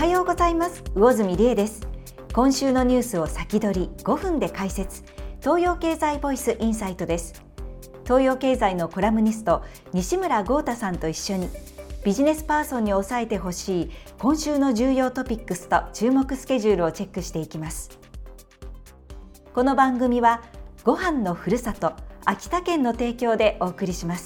はようございます。魚住理恵です。今週のニュースを先取り5分で解説、東洋経済ボイスインサイトです。東洋経済のコラムニスト西村豪太さんと一緒にビジネスパーソンに押さえてほしい今週の重要トピックスと注目スケジュールをチェックしていきます。この番組はご飯のふるさと秋田県の提供でお送りします。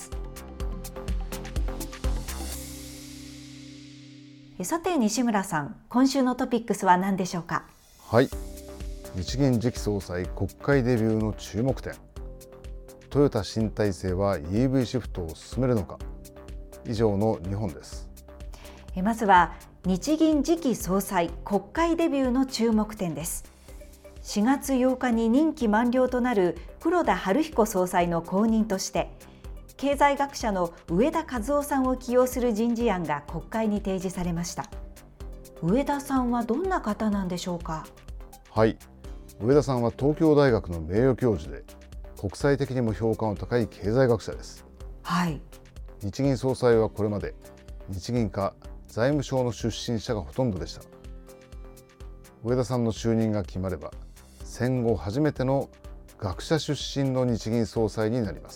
さて西村さん、今週のトピックスは何でしょうか？ はい、日銀次期総裁国会デビューの注目点、トヨタ新体制は EV シフトを進めるのか、以上の2本です。 まずは日銀次期総裁国会デビューの注目点です。4月8日に任期満了となる黒田東彦総裁の後任として経済学者の植田和男さんを起用する人事案が国会に提示されました。植田さんはどんな方なんでしょうか？ はい、植田さんは東京大学の名誉教授で国際的にも評価の高い経済学者です。 はい、 日銀総裁はこれまで日銀か財務省の出身者がほとんどでした。植田さんの就任が決まれば戦後初めての学者出身の日銀総裁になります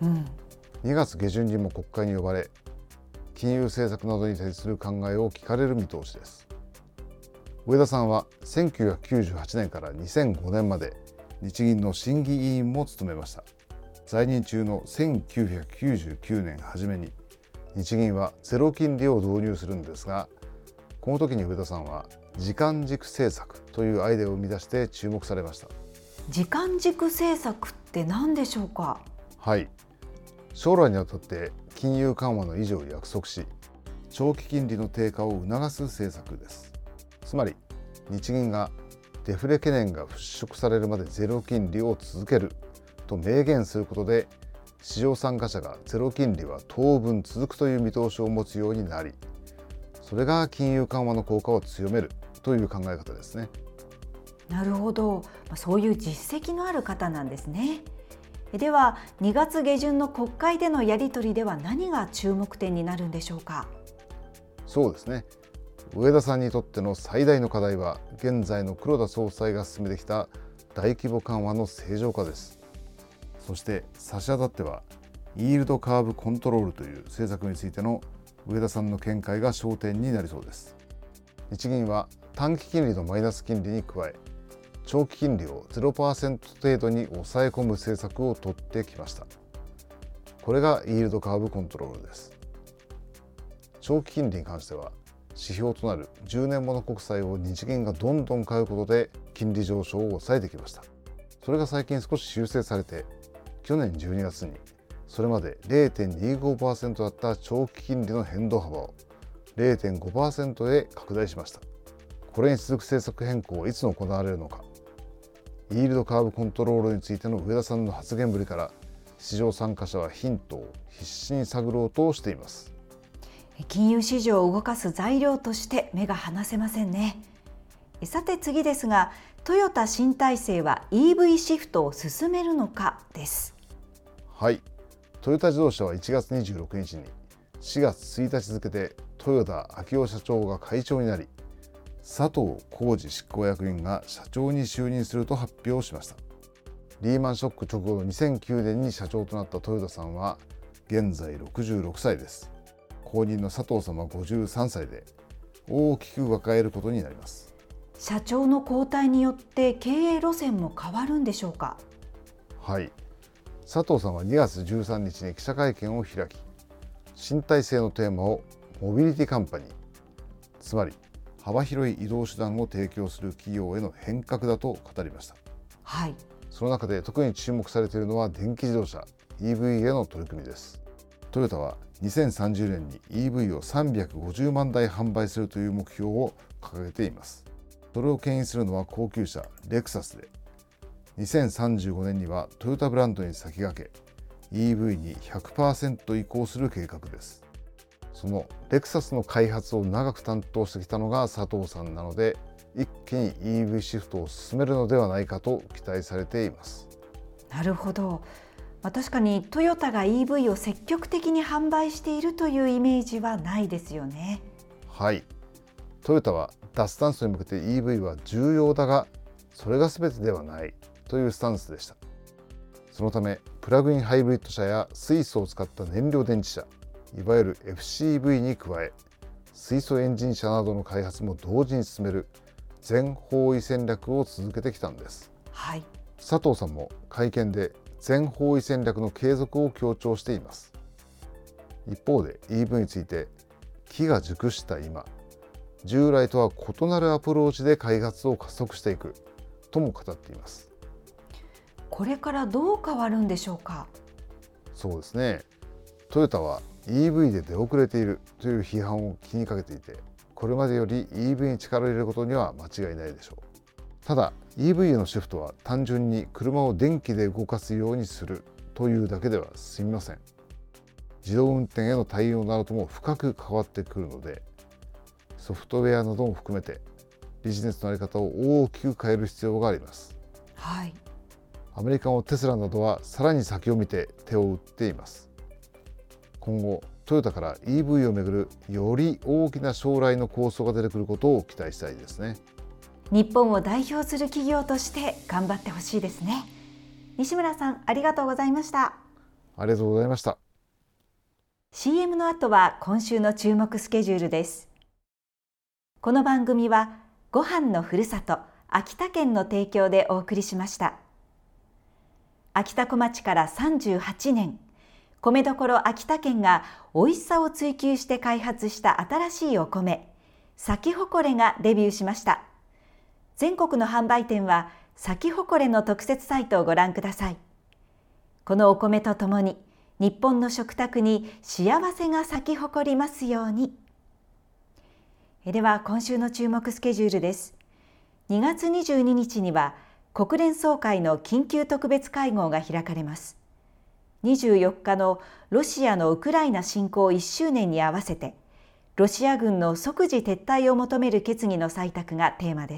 。2月下旬にも国会に呼ばれ、金融政策などに対する考えを聞かれる見通しです。植田さんは1998年から2005年まで日銀の審議委員も務めました。在任中の1999年初めに日銀はゼロ金利を導入するんですが、この時に植田さんは時間軸政策というアイデアを生み出して注目されました。 時間軸政策って何でしょうか？ はい、将来にわたって金融緩和の維持を約束し、長期金利の低下を促す政策です。つまり日銀がデフレ懸念が払拭されるまでゼロ金利を続けると明言することで、市場参加者がゼロ金利は当分続くという見通しを持つようになり、それが金融緩和の効果を強めるという考え方ですね。 なるほど、そういう実績のある方なんですね。では2月下旬の国会でのやり取りでは何が注目点になるんでしょうか？ そうですね、植田さんにとっての最大の課題は現在の黒田総裁が進めてきた大規模緩和の正常化です。そして差し当たってはイールドカーブコントロールという政策についての植田さんの見解が焦点になりそうです。日銀は短期金利のマイナス金利に加え、長期金利を 0% 程度に抑え込む政策を取ってきました。これがイールドカーブコントロールです。長期金利に関しては指標となる10年もの国債を日銀がどんどん買うことで金利上昇を抑えてきました。それが最近少し修正されて、去年12月にそれまで 0.25% だった長期金利の変動幅を 0.5% へ拡大しました。これに続く政策変更はいつ行われるのか。イールドカーブコントロールについての植田さんの発言ぶりから、市場参加者はヒントを必死に探ろうとしています。 金融市場を動かす材料として目が離せませんね。さて次ですが、トヨタ新体制は EV シフトを進めるのかです。 はい、トヨタ自動車は1月26日に4月1日付で豊田章男社長が会長になり、佐藤恒治執行役員が社長に就任すると発表しました。リーマンショック直後の2009年に社長となった豊田さんは現在66歳です。後任の佐藤さんは53歳で大きく若返ることになります。 社長の交代によって経営路線も変わるんでしょうか？ はい、佐藤さんは2月13日に記者会見を開き、新体制のテーマをモビリティカンパニー、つまり幅広い移動手段を提供する企業への変革だと語りました。 はい、 その中で特に注目されているのは電気自動車 EV への取り組みです。トヨタは2030年に EV を350万台販売するという目標を掲げています。それを牽引するのは高級車レクサスで、2035年にはトヨタブランドに先駆け EV に 100% 移行する計画です。そのレクサスの開発を長く担当してきたのが佐藤さんなので、一気に EV シフトを進めるのではないかと期待されています。 なるほど。確かにトヨタが EV を積極的に販売しているというイメージはないですよね。 はい、トヨタは脱炭素に向けて EV は重要だが、それが全てではないというスタンスでした。そのためプラグインハイブリッド車や水素を使った燃料電池車、いわゆる FCV に加え、水素エンジン車などの開発も同時に進める全方位戦略を続けてきたんです。 はい、 佐藤さんも会見で全方位戦略の継続を強調しています。一方で EV について、機が熟した今、従来とは異なるアプローチで開発を加速していくとも語っています。 これからどう変わるんでしょうか。 そうですね。トヨタは EV で出遅れているという批判を気にかけていて、これまでより EV に力を入れることには間違いないでしょう。ただ EV へのシフトは単純に車を電気で動かすようにするというだけでは済みません。自動運転への対応などとも深く関わってくるので、ソフトウェアなども含めてビジネスの在り方を大きく変える必要があります。 はい、 アメリカのテスラなどはさらに先を見て手を打っています。今後トヨタから EV をめぐるより大きな将来の構想が出てくることを期待したいですね。 日本を代表する企業として頑張ってほしいですね。西村さん、ありがとうございました。 ありがとうございました。 CM の後は今週の注目スケジュールです。この番組はご飯のふるさと秋田県の提供でお送りしました。秋田小町から38年、米どころ秋田県が美味しさを追求して開発した新しいお米、サキホコレがデビューしました。全国の販売店はサキホコレの特設サイトをご覧ください。このお米とともに日本の食卓に幸せが咲き誇りますように。では今週の注目スケジュールです。2月22日には国連総会の緊急特別会合が開かれます。24日のロシアのウクライナ侵攻1周年に合わせて、ロシア軍の即時撤退を求める決議の採択がテーマです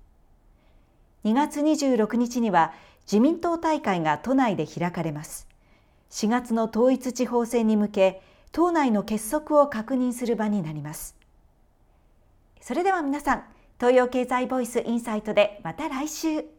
。2月26日には自民党大会が都内で開かれます。4月の統一地方選に向け、党内の結束を確認する場になります。それでは皆さん、東洋経済ボイスインサイトでまた来週。